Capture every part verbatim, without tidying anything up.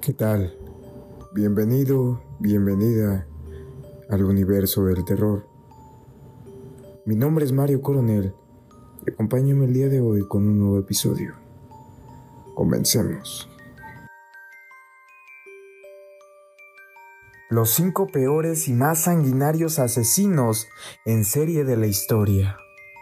¿Qué tal? Bienvenido, bienvenida al universo del terror. Mi nombre es Mario Coronel y acompáñame el día de hoy con un nuevo episodio. Comencemos. Los cinco peores y más sanguinarios asesinos en serie de la historia.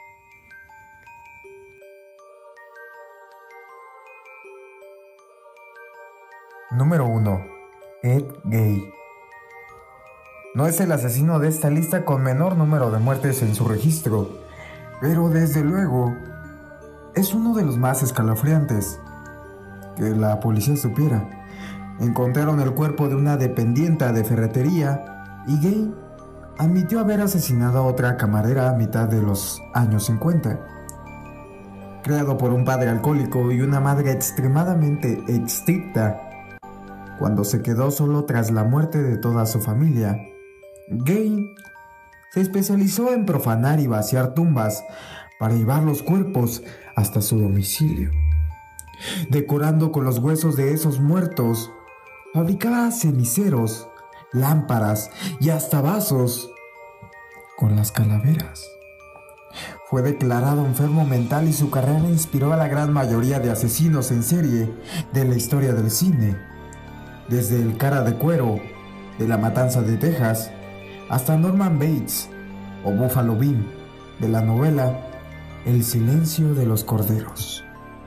Número uno. Ed Gein. No es el asesino de esta lista con menor número de muertes en su registro, pero desde luego es uno de los más escalofriantes. Que la policía supiera. Encontraron el cuerpo de una dependienta de ferretería y Gein admitió haber asesinado a otra camarera a mitad de los años cincuenta. Creado por un padre alcohólico y una madre extremadamente estricta, cuando se quedó solo tras la muerte de toda su familia, Gein se especializó en profanar y vaciar tumbas para llevar los cuerpos hasta su domicilio. Decorando con los huesos de esos muertos, fabricaba ceniceros, lámparas y hasta vasos con las calaveras. Fue declarado enfermo mental y su carrera inspiró a la gran mayoría de asesinos en serie de la historia del cine. Desde el Cara de Cuero, de La Matanza de Texas, hasta Norman Bates o Buffalo Bill, de la novela El Silencio de los Corderos.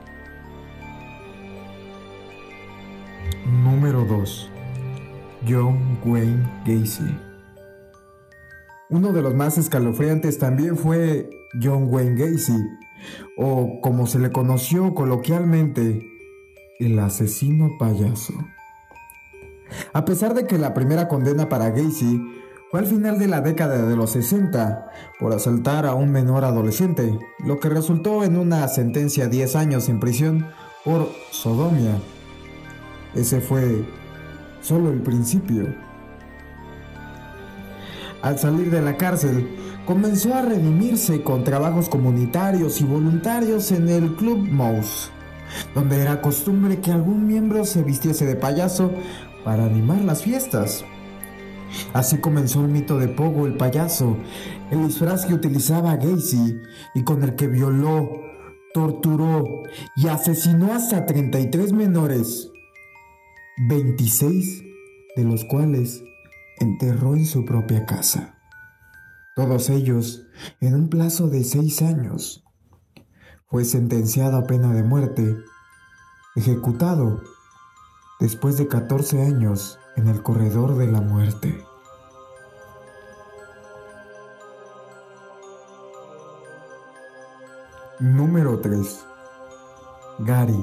Número dos. John Wayne Gacy. Uno de los más escalofriantes también fue John Wayne Gacy, o como se le conoció coloquialmente, el asesino payaso. A pesar de que la primera condena para Gacy fue al final de la década de los sesenta por asaltar a un menor adolescente, lo que resultó en una sentencia a diez años en prisión por sodomía. Ese fue solo el principio. Al salir de la cárcel, comenzó a redimirse con trabajos comunitarios y voluntarios en el Club Mouse, donde era costumbre que algún miembro se vistiese de payaso para animar las fiestas. Así comenzó el mito de Pogo el payaso, el disfraz que utilizaba Gacy y con el que violó, torturó y asesinó hasta treinta y tres menores, veintiséis de los cuales enterró en su propia casa. Todos ellos en un plazo de seis años. Fue sentenciado a pena de muerte, ejecutado después de catorce años en el corredor de la muerte. Número tres. Gary.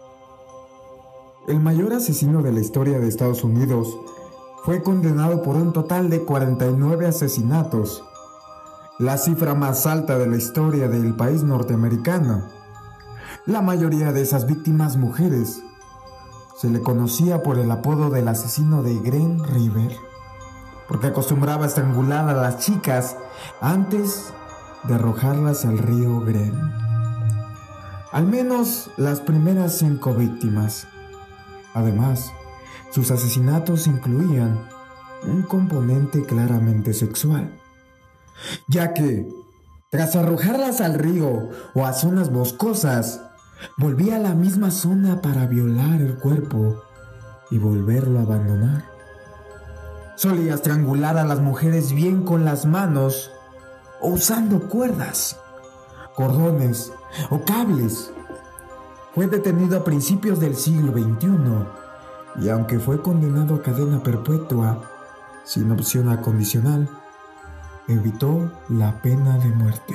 El mayor asesino de la historia de Estados Unidos fue condenado por un total de cuarenta y nueve asesinatos, la cifra más alta de la historia del país norteamericano. La mayoría de esas víctimas mujeres. Se le conocía por el apodo del asesino de Green River, porque acostumbraba a estrangular a las chicas antes de arrojarlas al río Green. Al menos las primeras cinco víctimas. Además, sus asesinatos incluían un componente claramente sexual, ya que, tras arrojarlas al río o a zonas boscosas, volvía a la misma zona para violar el cuerpo y volverlo a abandonar. Solía estrangular a las mujeres bien con las manos o usando cuerdas, cordones o cables. Fue detenido a principios del siglo veintiuno y aunque fue condenado a cadena perpetua sin opción a condicional, evitó la pena de muerte.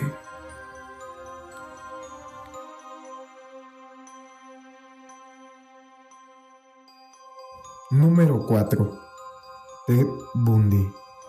Número cuatro. Ted Bundy.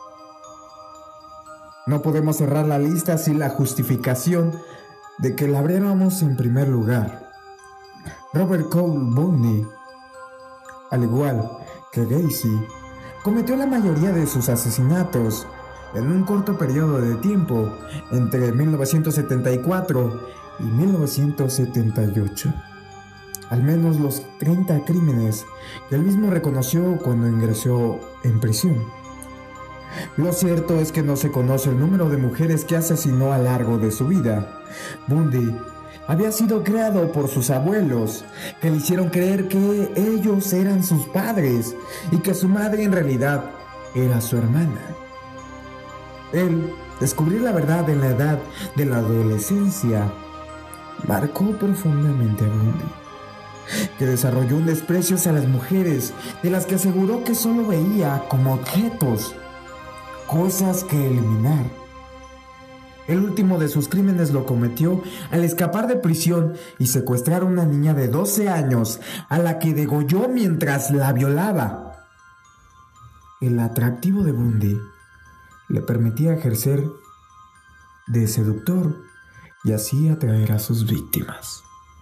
No podemos cerrar la lista sin la justificación de que la abriéramos en primer lugar. Robert Cole Bundy, al igual que Gacy, cometió la mayoría de sus asesinatos en un corto periodo de tiempo entre mil novecientos setenta y cuatro y mil novecientos setenta y ocho. al menos los treinta crímenes que él mismo reconoció cuando ingresó en prisión. Lo cierto es que no se conoce el número de mujeres que asesinó a lo largo de su vida. Bundy había sido creado por sus abuelos, que le hicieron creer que ellos eran sus padres y que su madre en realidad era su hermana. Él descubrió la verdad en la edad de la adolescencia. Marcó profundamente a Bundy, que desarrolló un desprecio hacia las mujeres, de las que aseguró que solo veía como objetos, cosas que eliminar. El último de sus crímenes lo cometió al escapar de prisión y secuestrar a una niña de doce años a la que degolló mientras la violaba. El atractivo de Bundy le permitía ejercer de seductor y así atraer a sus víctimas.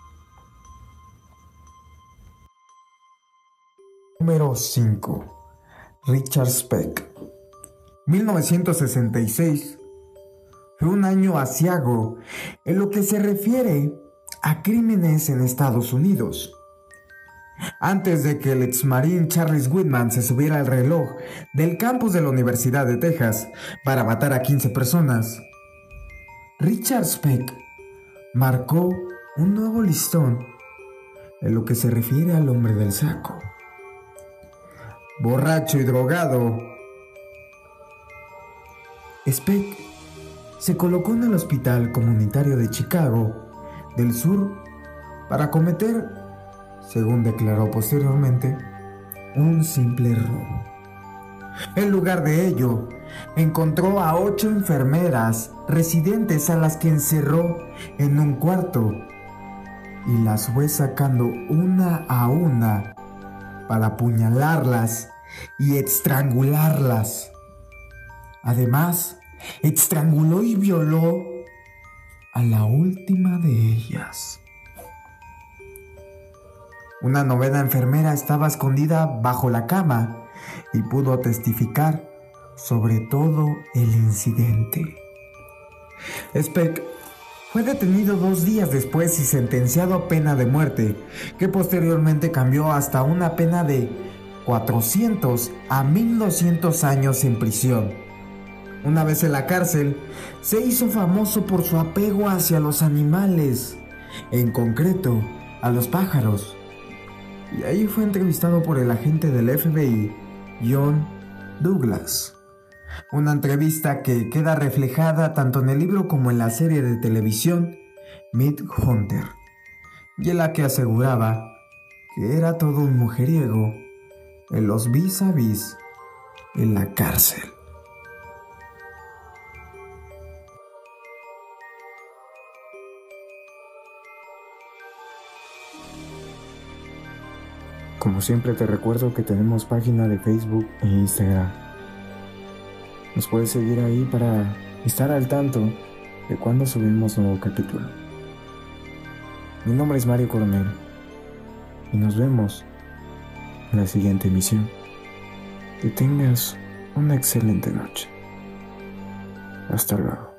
Número cinco. Richard Speck. mil novecientos sesenta y seis fue un año aciago en lo que se refiere a crímenes en Estados Unidos. Antes de que el exmarín Charles Whitman se subiera al reloj del campus de la Universidad de Texas para matar a quince personas, Richard Speck marcó un nuevo listón en lo que se refiere al hombre del saco. Borracho y drogado, Speck se colocó en el Hospital Comunitario de Chicago del Sur para cometer, según declaró posteriormente, un simple robo. En lugar de ello, encontró a ocho enfermeras residentes a las que encerró en un cuarto y las fue sacando una a una para apuñalarlas y estrangularlas. Además, estranguló y violó a la última de ellas. Una novena enfermera estaba escondida bajo la cama y pudo testificar sobre todo el incidente. Speck fue detenido dos días después y sentenciado a pena de muerte, que posteriormente cambió hasta una pena de cuatrocientos a mil doscientos años en prisión. Una vez en la cárcel, se hizo famoso por su apego hacia los animales, en concreto a los pájaros. Y ahí fue entrevistado por el agente del F B I, John Douglas. Una entrevista que queda reflejada tanto en el libro como en la serie de televisión Mindhunter, y en la que aseguraba que era todo un mujeriego en los vis a vis en la cárcel. Como siempre te recuerdo que tenemos página de Facebook e Instagram. Nos puedes seguir ahí para estar al tanto de cuando subimos nuevo capítulo. Mi nombre es Mario Coronel y nos vemos en la siguiente emisión. Que tengas una excelente noche. Hasta luego.